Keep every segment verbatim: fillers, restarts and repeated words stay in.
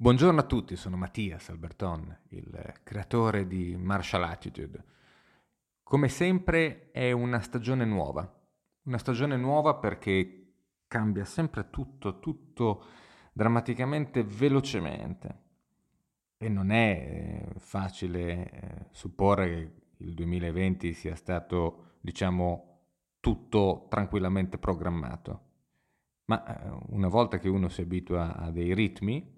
Buongiorno a tutti, sono Mattias Alberton, il creatore di Martial Attitude. Come sempre è una stagione nuova, una stagione nuova perché cambia sempre tutto, tutto drammaticamente velocemente e non è eh, facile eh, supporre che il duemilaventi sia stato, diciamo, tutto tranquillamente programmato. Ma eh, una volta che uno si abitua a dei ritmi,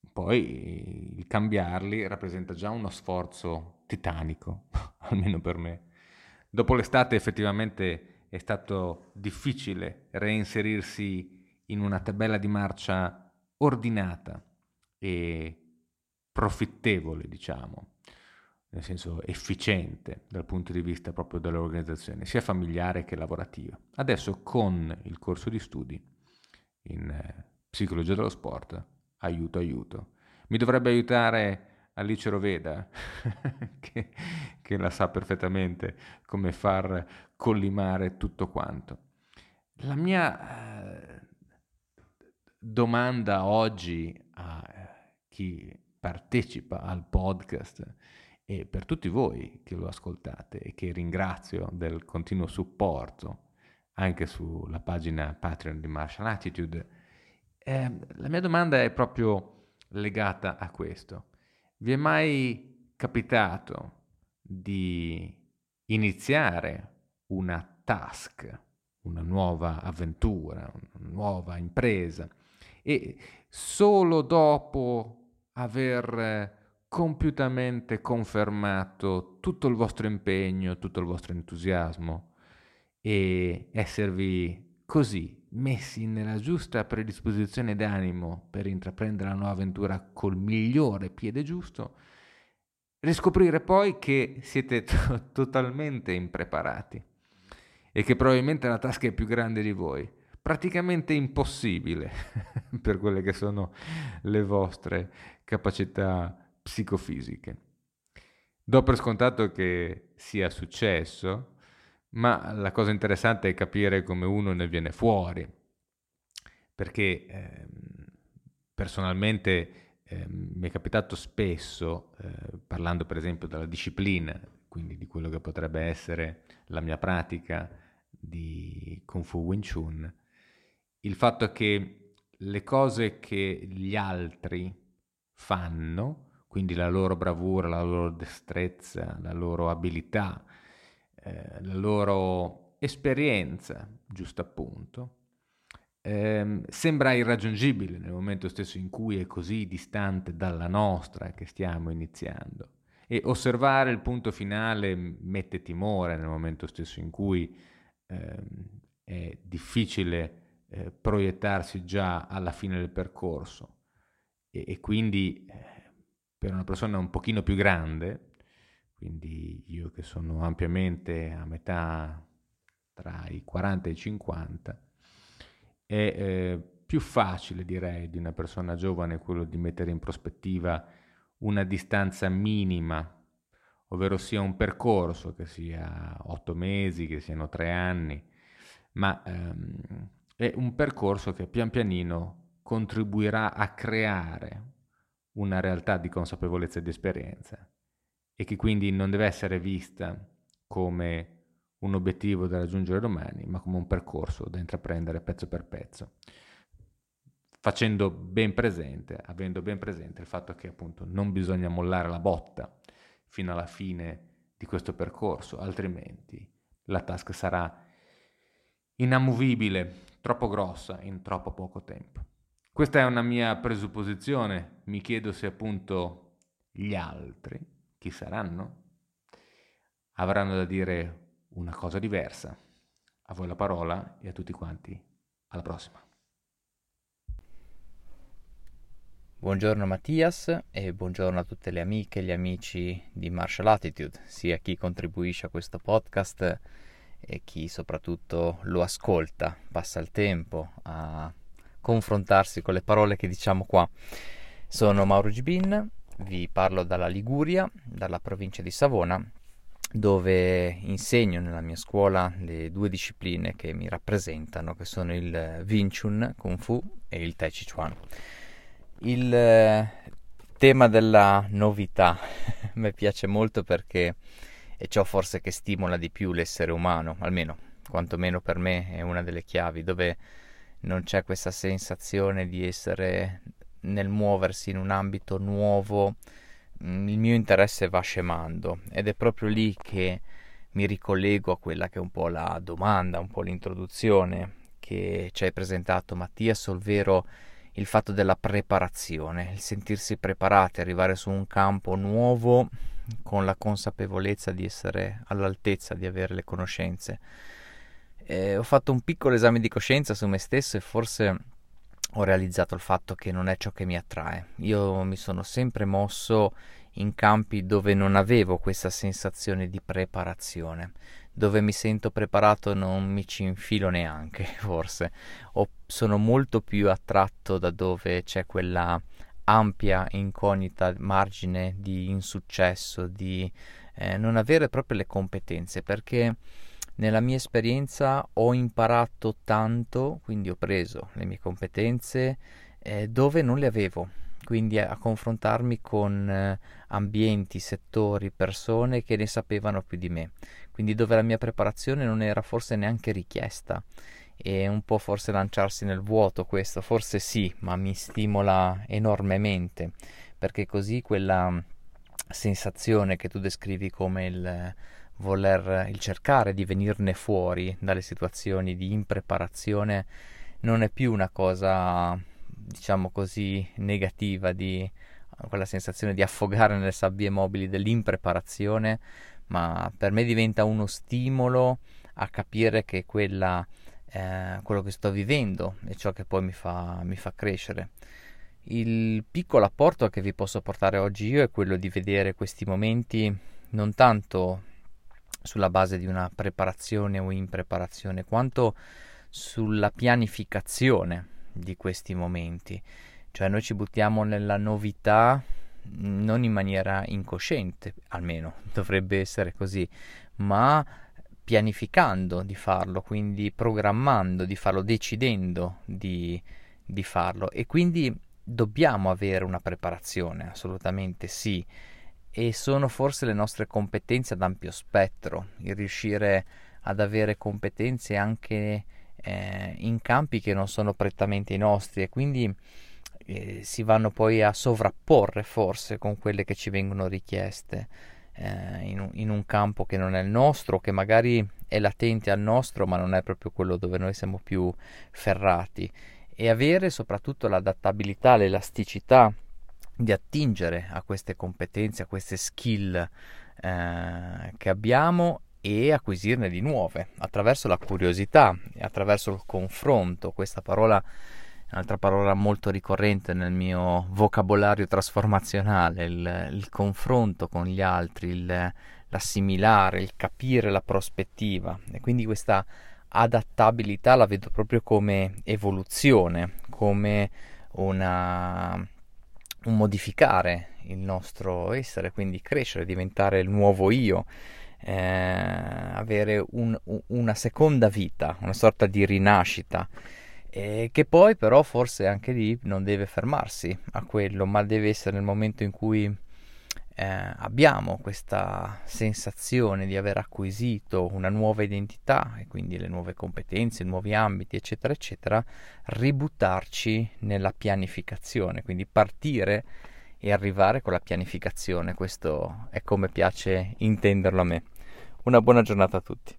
poi il cambiarli rappresenta già uno sforzo titanico, almeno per me. Dopo l'estate effettivamente è stato difficile reinserirsi in una tabella di marcia ordinata e profittevole, diciamo, nel senso efficiente dal punto di vista proprio dell'organizzazione, sia familiare che lavorativa. Adesso con il corso di studi in eh, psicologia dello sport, aiuto, aiuto. Mi dovrebbe aiutare Alice Roveda, che, che la sa perfettamente come far collimare tutto quanto. La mia eh, domanda oggi a eh, chi partecipa al podcast e per tutti voi che lo ascoltate e che ringrazio del continuo supporto anche sulla pagina Patreon di Martial Attitude, eh, la mia domanda è proprio legata a questo. Vi è mai capitato di iniziare una task, una nuova avventura, una nuova impresa e solo dopo aver compiutamente confermato tutto il vostro impegno, tutto il vostro entusiasmo e esservi così messi nella giusta predisposizione d'animo per intraprendere la nuova avventura col migliore piede giusto, riscoprire poi che siete to- totalmente impreparati e che probabilmente la tasca è più grande di voi, praticamente impossibile per quelle che sono le vostre capacità psicofisiche. Do per scontato che sia successo, ma la cosa interessante è capire come uno ne viene fuori, perché ehm, personalmente ehm, mi è capitato spesso, eh, parlando per esempio della disciplina, quindi di quello che potrebbe essere la mia pratica di Kung Fu Wing Chun, il fatto che le cose che gli altri fanno, quindi la loro bravura, la loro destrezza, la loro abilità, eh, la loro esperienza, giusto appunto, ehm, sembra irraggiungibile nel momento stesso in cui è così distante dalla nostra che stiamo iniziando. E osservare il punto finale mette timore nel momento stesso in cui ehm, è difficile eh, proiettarsi già alla fine del percorso e, e quindi eh, per una persona un pochino più grande, quindi io che sono ampiamente a metà tra i quaranta e i cinquanta, è eh, più facile direi di una persona giovane quello di mettere in prospettiva una distanza minima, ovvero sia un percorso che sia otto mesi, che siano tre anni, ma ehm, è un percorso che pian pianino contribuirà a creare una realtà di consapevolezza e di esperienza e che quindi non deve essere vista come un obiettivo da raggiungere domani, ma come un percorso da intraprendere pezzo per pezzo, facendo ben presente, avendo ben presente il fatto che appunto non bisogna mollare la botta fino alla fine di questo percorso, altrimenti la task sarà inamovibile, troppo grossa in troppo poco tempo. Questa è una mia presupposizione, mi chiedo se appunto gli altri, chi saranno, avranno da dire una cosa diversa. A voi la parola e a tutti quanti, alla prossima. Buongiorno Mattias e buongiorno a tutte le amiche e gli amici di Martial Attitude, sia chi contribuisce a questo podcast e chi soprattutto lo ascolta, passa il tempo a confrontarsi con le parole che diciamo qua. Sono Mauro Gibin, vi parlo dalla Liguria, dalla provincia di Savona, dove insegno nella mia scuola le due discipline che mi rappresentano, che sono il Wing Chun Kung Fu e il Tai Chi Chuan. Il tema della novità mi piace molto perché è ciò forse che stimola di più l'essere umano, almeno quantomeno per me è una delle chiavi, dove non c'è questa sensazione di essere nel muoversi in un ambito nuovo, il mio interesse va scemando, ed è proprio lì che mi ricollego a quella che è un po' la domanda, un po' l'introduzione che ci hai presentato, Mattias, ovvero il fatto della preparazione, il sentirsi preparati, arrivare su un campo nuovo con la consapevolezza di essere all'altezza, di avere le conoscenze. Eh, ho fatto un piccolo esame di coscienza su me stesso e forse ho realizzato il fatto che non è ciò che mi attrae. Io mi sono sempre mosso in campi dove non avevo questa sensazione di preparazione. Dove mi sento preparato non mi ci infilo neanche, forse. O sono molto più attratto da dove c'è quella ampia incognita, margine di insuccesso, di eh, non avere proprio le competenze, perché nella mia esperienza ho imparato tanto, quindi ho preso le mie competenze eh, dove non le avevo, quindi a, a confrontarmi con eh, ambienti, settori, persone che ne sapevano più di me, quindi dove la mia preparazione non era forse neanche richiesta. E un po' forse lanciarsi nel vuoto questo, forse sì, ma mi stimola enormemente, perché così quella sensazione che tu descrivi come il voler, il cercare di venirne fuori dalle situazioni di impreparazione non è più una cosa, diciamo così, negativa, di quella sensazione di affogare nelle sabbie mobili dell'impreparazione, ma per me diventa uno stimolo a capire che quella eh, quello che sto vivendo è ciò che poi mi fa, mi fa crescere. Il piccolo apporto che vi posso portare oggi io è quello di vedere questi momenti non tanto sulla base di una preparazione o impreparazione, quanto sulla pianificazione di questi momenti. Cioè noi ci buttiamo nella novità non in maniera incosciente, almeno dovrebbe essere così, ma pianificando di farlo, quindi programmando di farlo, decidendo di, di farlo, e quindi dobbiamo avere una preparazione, assolutamente sì, e sono forse le nostre competenze ad ampio spettro, il riuscire ad avere competenze anche eh, in campi che non sono prettamente i nostri, e quindi eh, si vanno poi a sovrapporre forse con quelle che ci vengono richieste eh, in, un, in un campo che non è il nostro, che magari è latente al nostro ma non è proprio quello dove noi siamo più ferrati, e avere soprattutto l'adattabilità, l'elasticità di attingere a queste competenze, a queste skill eh, che abbiamo, e acquisirne di nuove attraverso la curiosità e attraverso il confronto. Questa parola è un'altra parola molto ricorrente nel mio vocabolario trasformazionale, il, il confronto con gli altri, il, l'assimilare, il capire la prospettiva, e quindi questa adattabilità la vedo proprio come evoluzione, come una, un modificare il nostro essere, quindi crescere, diventare il nuovo io, eh, avere un, una seconda vita, una sorta di rinascita, eh, che poi però forse anche lì non deve fermarsi a quello, ma deve essere nel momento in cui Eh, abbiamo questa sensazione di aver acquisito una nuova identità e quindi le nuove competenze, i nuovi ambiti, eccetera eccetera, ributtarci nella pianificazione, quindi partire e arrivare con la pianificazione. Questo è come piace intenderlo a me. Una buona giornata a tutti.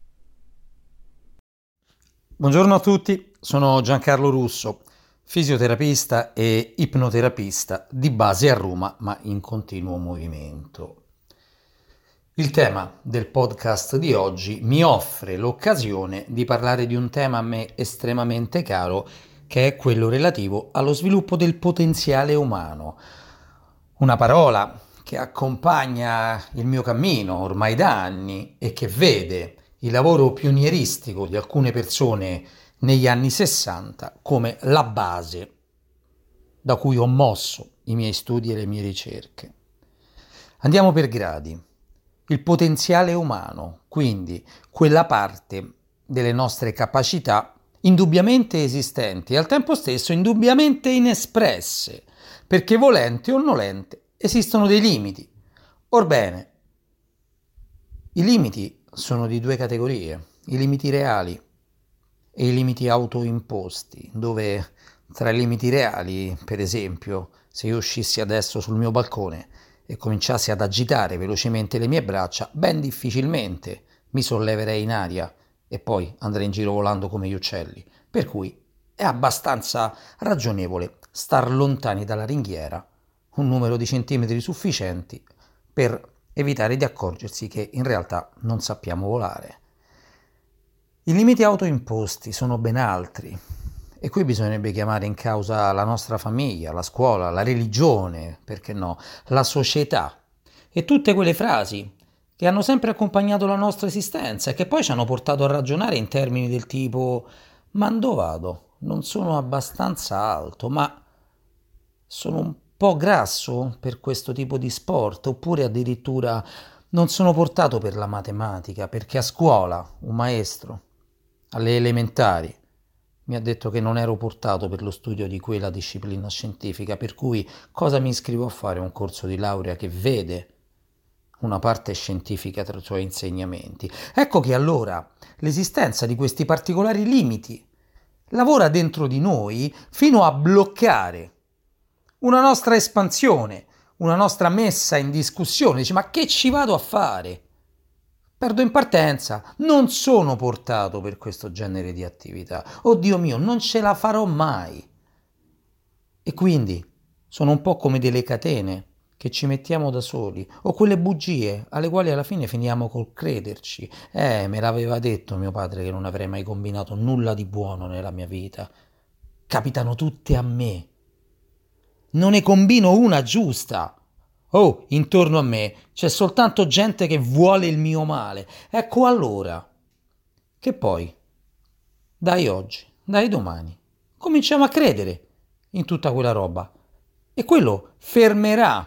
Buongiorno a tutti, sono Giancarlo Russo, fisioterapista e ipnoterapista di base a Roma, ma in continuo movimento. Il tema del podcast di oggi mi offre l'occasione di parlare di un tema a me estremamente caro, che è quello relativo allo sviluppo del potenziale umano. Una parola che accompagna il mio cammino ormai da anni e che vede il lavoro pionieristico di alcune persone negli anni sessanta come la base da cui ho mosso i miei studi e le mie ricerche. Andiamo per gradi. Il potenziale umano, quindi quella parte delle nostre capacità indubbiamente esistenti e al tempo stesso indubbiamente inespresse, perché volente o nolente esistono dei limiti. Orbene, i limiti sono di due categorie, i limiti reali e i limiti autoimposti, dove tra i limiti reali, per esempio, se io uscissi adesso sul mio balcone e cominciassi ad agitare velocemente le mie braccia, ben difficilmente mi solleverei in aria e poi andrei in giro volando come gli uccelli. Per cui è abbastanza ragionevole star lontani dalla ringhiera un numero di centimetri sufficienti per evitare di accorgersi che in realtà non sappiamo volare. I limiti autoimposti sono ben altri e qui bisognerebbe chiamare in causa la nostra famiglia, la scuola, la religione, perché no, la società e tutte quelle frasi che hanno sempre accompagnato la nostra esistenza e che poi ci hanno portato a ragionare in termini del tipo: ma dove vado? Non sono abbastanza alto, ma sono un po' grasso per questo tipo di sport, oppure addirittura non sono portato per la matematica, perché a scuola un maestro, alle elementari, mi ha detto che non ero portato per lo studio di quella disciplina scientifica, per cui cosa mi iscrivo a fare? Un corso di laurea che vede una parte scientifica tra i suoi insegnamenti. Ecco che allora l'esistenza di questi particolari limiti lavora dentro di noi fino a bloccare una nostra espansione, una nostra messa in discussione. Dici: ma che ci vado a fare? Perdo in partenza, non sono portato per questo genere di attività. Oh Dio mio, non ce la farò mai. E quindi sono un po' come delle catene che ci mettiamo da soli, o quelle bugie alle quali alla fine finiamo col crederci. Eh, me l'aveva detto mio padre che non avrei mai combinato nulla di buono nella mia vita. Capitano tutte a me. Non ne combino una giusta. Oh, intorno a me c'è soltanto gente che vuole il mio male. Ecco allora che poi, dai oggi, dai domani, cominciamo a credere in tutta quella roba. E quello fermerà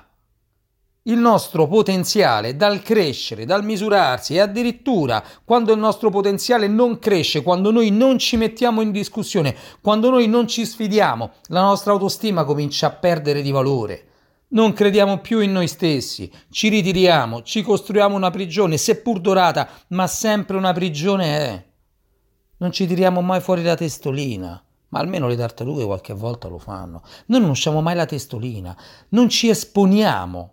il nostro potenziale dal crescere, dal misurarsi, e addirittura quando il nostro potenziale non cresce, quando noi non ci mettiamo in discussione, quando noi non ci sfidiamo, la nostra autostima comincia a perdere di valore. Non crediamo più in noi stessi, ci ritiriamo, ci costruiamo una prigione, seppur dorata, ma sempre una prigione è. Non ci tiriamo mai fuori la testolina, ma almeno le tartarughe qualche volta lo fanno. Noi non usciamo mai la testolina, non ci esponiamo.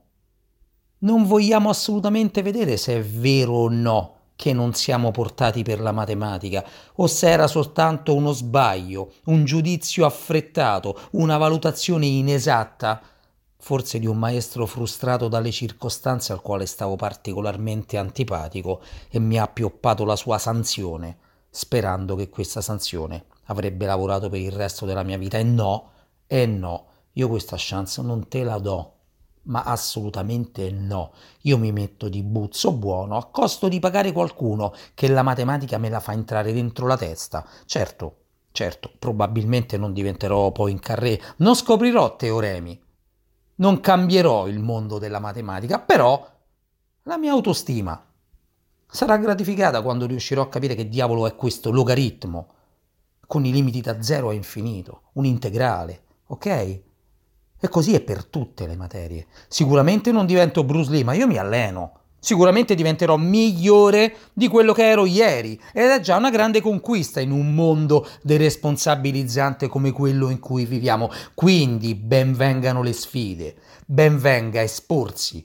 Non vogliamo assolutamente vedere se è vero o no che non siamo portati per la matematica, o se era soltanto uno sbaglio, un giudizio affrettato, una valutazione inesatta, forse di un maestro frustrato dalle circostanze al quale stavo particolarmente antipatico e mi ha appioppato la sua sanzione, sperando che questa sanzione avrebbe lavorato per il resto della mia vita. E no, e no, io questa chance non te la do. Ma assolutamente no, io mi metto di buzzo buono a costo di pagare qualcuno che la matematica me la fa entrare dentro la testa. Certo, certo, probabilmente non diventerò poi in carré, non scoprirò teoremi, non cambierò il mondo della matematica, però la mia autostima sarà gratificata quando riuscirò a capire che diavolo è questo logaritmo, con i limiti da zero a infinito, un integrale, ok? E così è per tutte le materie. Sicuramente non divento Bruce Lee, ma io mi alleno. Sicuramente diventerò migliore di quello che ero ieri. Ed è già una grande conquista in un mondo deresponsabilizzante come quello in cui viviamo. Quindi ben vengano le sfide. Ben venga esporsi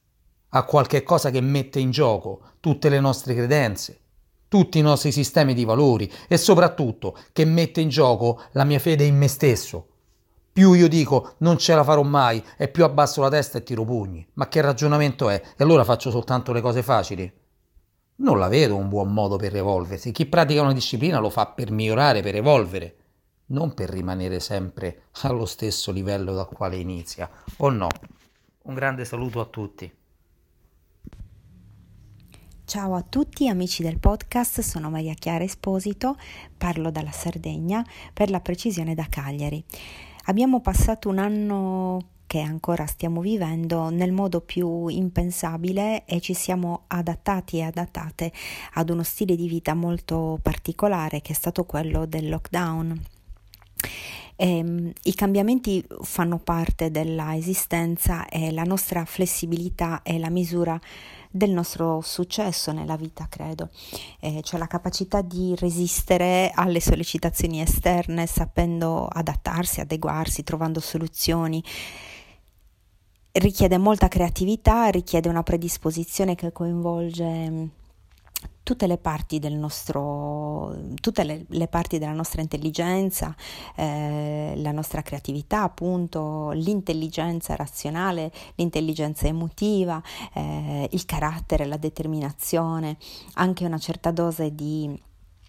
a qualche cosa che mette in gioco tutte le nostre credenze, tutti i nostri sistemi di valori e soprattutto che mette in gioco la mia fede in me stesso. Più io dico non ce la farò mai e più abbasso la testa e tiro pugni. Ma che ragionamento è? E allora faccio soltanto le cose facili? Non la vedo un buon modo per evolversi. Chi pratica una disciplina lo fa per migliorare, per evolvere, non per rimanere sempre allo stesso livello dal quale inizia. O no? Un grande saluto a tutti. Ciao a tutti amici del podcast, sono Maria Chiara Esposito, parlo dalla Sardegna, per la precisione da Cagliari. Abbiamo passato un anno che ancora stiamo vivendo nel modo più impensabile e ci siamo adattati e adattate ad uno stile di vita molto particolare che è stato quello del lockdown. E, i cambiamenti fanno parte della esistenza e la nostra flessibilità è la misura del nostro successo nella vita, credo, eh, cioè la capacità di resistere alle sollecitazioni esterne sapendo adattarsi, adeguarsi, trovando soluzioni. Richiede molta creatività, richiede una predisposizione che coinvolge tutte le parti del nostro, tutte le, le parti della nostra intelligenza, eh, la nostra creatività, appunto, l'intelligenza razionale, l'intelligenza emotiva, eh, il carattere, la determinazione, anche una certa dose di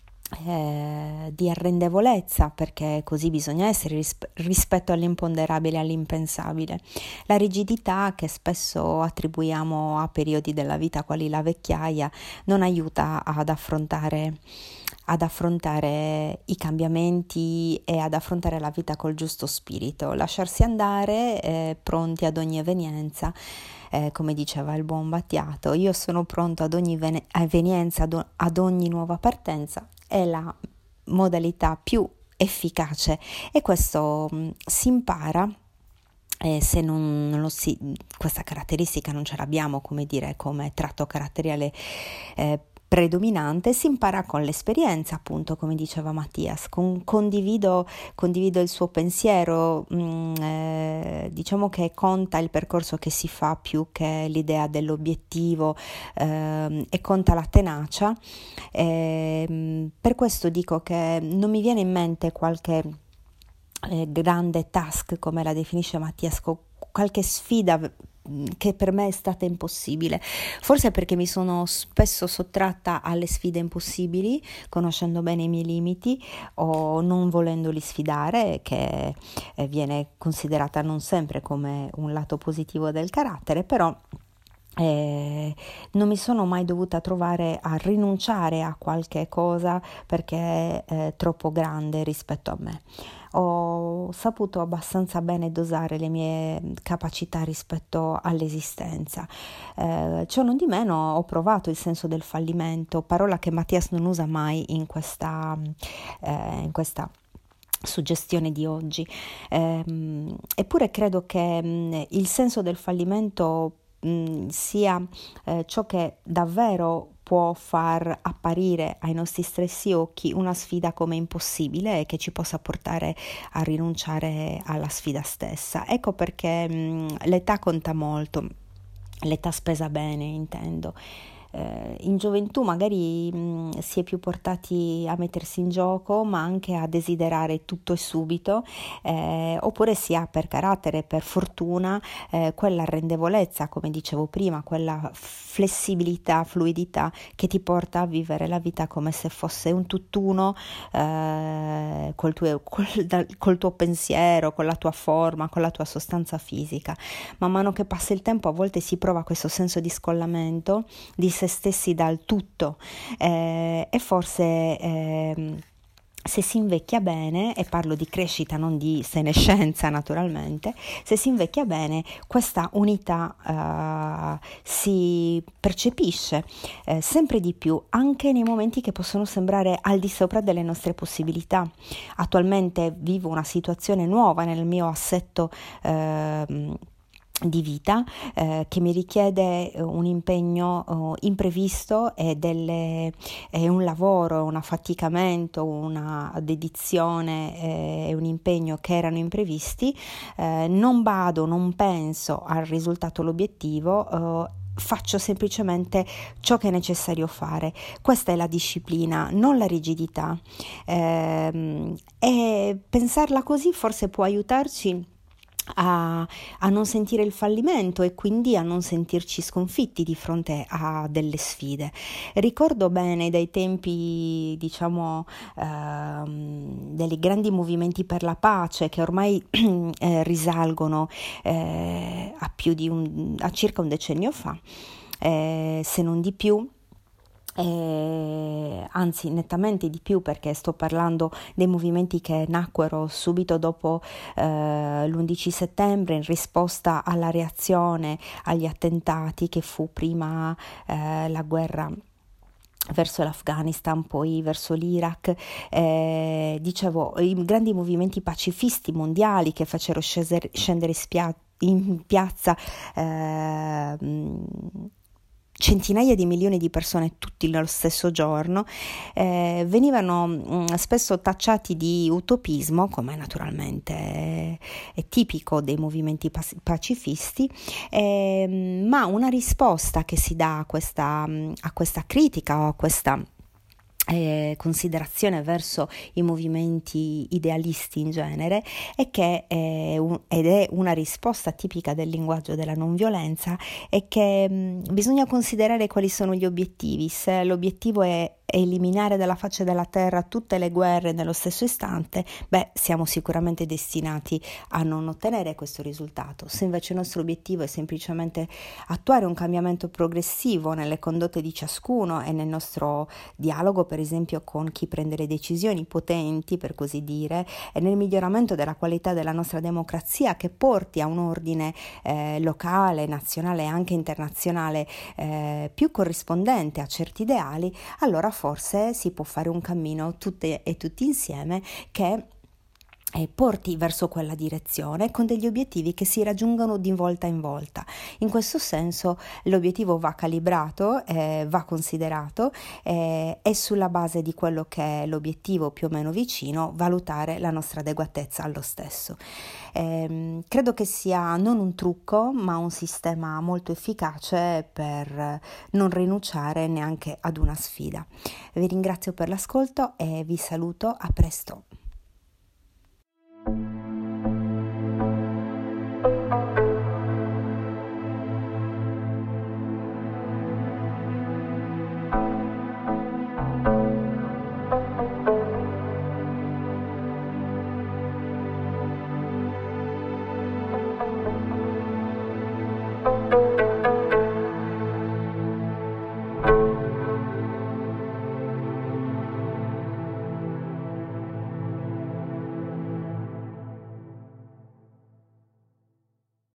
Eh, di arrendevolezza, perché così bisogna essere ris- rispetto all'imponderabile e all'impensabile. La rigidità che spesso attribuiamo a periodi della vita quali la vecchiaia non aiuta ad affrontare ad affrontare i cambiamenti e ad affrontare la vita col giusto spirito, lasciarsi andare eh, pronti ad ogni evenienza. Eh, come diceva il buon Battiato, io sono pronto ad ogni ven- evenienza, ad, o- ad ogni nuova partenza, è la modalità più efficace e questo mh, si impara. Eh, se non, non lo si, questa caratteristica non ce l'abbiamo, come dire, come tratto caratteriale eh, predominante, si impara con l'esperienza, appunto, come diceva Mattias. Con, condivido, condivido il suo pensiero, mh, eh, diciamo che conta il percorso che si fa più che l'idea dell'obiettivo, eh, e conta la tenacia. Eh, per questo dico che non mi viene in mente qualche eh, grande task, come la definisce Mattias, qualche sfida che per me è stata impossibile, forse perché mi sono spesso sottratta alle sfide impossibili, conoscendo bene i miei limiti o non volendoli sfidare, che eh, viene considerata non sempre come un lato positivo del carattere, però Eh, non mi sono mai dovuta trovare a rinunciare a qualche cosa perché è troppo grande rispetto a me. Ho saputo abbastanza bene dosare le mie capacità rispetto all'esistenza. Eh, ciò non di meno ho provato il senso del fallimento, parola che Mattias non usa mai in questa, eh, in questa suggestione di oggi. Eh, eppure credo che mh, il senso del fallimento mh, sia eh, ciò che davvero può far apparire ai nostri stessi occhi una sfida come impossibile e che ci possa portare a rinunciare alla sfida stessa. Ecco perché mh, l'età conta molto, l'età spesa bene, intendo. Eh, in gioventù magari mh, si è più portati a mettersi in gioco, ma anche a desiderare tutto e subito, eh, oppure si ha per carattere, per fortuna, eh, quella arrendevolezza, come dicevo prima, quella flessibilità, fluidità che ti porta a vivere la vita come se fosse un tutt'uno eh, col, tuo, col, col tuo pensiero, con la tua forma, con la tua sostanza fisica. Man mano che passa il tempo a volte si prova questo senso di scollamento di se stessi dal tutto, eh, e forse eh, se si invecchia bene, e parlo di crescita non di senescenza naturalmente, se si invecchia bene questa unità uh, si percepisce eh, sempre di più anche nei momenti che possono sembrare al di sopra delle nostre possibilità. Attualmente vivo una situazione nuova nel mio assetto uh, di vita eh, che mi richiede un impegno eh, imprevisto e delle, eh, un lavoro, un affaticamento, una dedizione e eh, un impegno che erano imprevisti. Eh, non bado, non penso al risultato, l'obiettivo, eh, faccio semplicemente ciò che è necessario fare. Questa è la disciplina, non la rigidità, eh, e pensarla così forse può aiutarci A, a non sentire il fallimento e quindi a non sentirci sconfitti di fronte a delle sfide. Ricordo bene dai tempi, diciamo, ehm, dei grandi movimenti per la pace che ormai eh, risalgono eh, a più di un, a circa un decennio fa, eh, se non di più. Eh, anzi nettamente di più, perché sto parlando dei movimenti che nacquero subito dopo eh, l'undici settembre in risposta alla reazione agli attentati che fu prima eh, la guerra verso l'Afghanistan, poi verso l'Iraq, eh, dicevo, i grandi movimenti pacifisti mondiali che fecero scesere, scendere spia- in piazza eh, centinaia di milioni di persone tutti nello stesso giorno, eh, venivano mh, spesso tacciati di utopismo, come naturalmente è, è tipico dei movimenti pas- pacifisti, eh, ma una risposta che si dà a questa, a questa critica o a questa Eh, considerazione verso i movimenti idealisti in genere è che è un, ed è una risposta tipica del linguaggio della non violenza, è che mh, bisogna considerare quali sono gli obiettivi. Se l'obiettivo è eliminare dalla faccia della terra tutte le guerre nello stesso istante, beh, siamo sicuramente destinati a non ottenere questo risultato. Se invece il nostro obiettivo è semplicemente attuare un cambiamento progressivo nelle condotte di ciascuno e nel nostro dialogo, per esempio con chi prende le decisioni potenti, per così dire, e nel miglioramento della qualità della nostra democrazia, che porti a un ordine eh, locale, nazionale e anche internazionale eh, più corrispondente a certi ideali, allora forse si può fare un cammino tutte e tutti insieme che e porti verso quella direzione con degli obiettivi che si raggiungono di volta in volta. In questo senso l'obiettivo va calibrato, eh, va considerato eh, e sulla base di quello che è l'obiettivo più o meno vicino valutare la nostra adeguatezza allo stesso. Eh, credo che sia non un trucco ma un sistema molto efficace per non rinunciare neanche ad una sfida. Vi ringrazio per l'ascolto e vi saluto, a presto.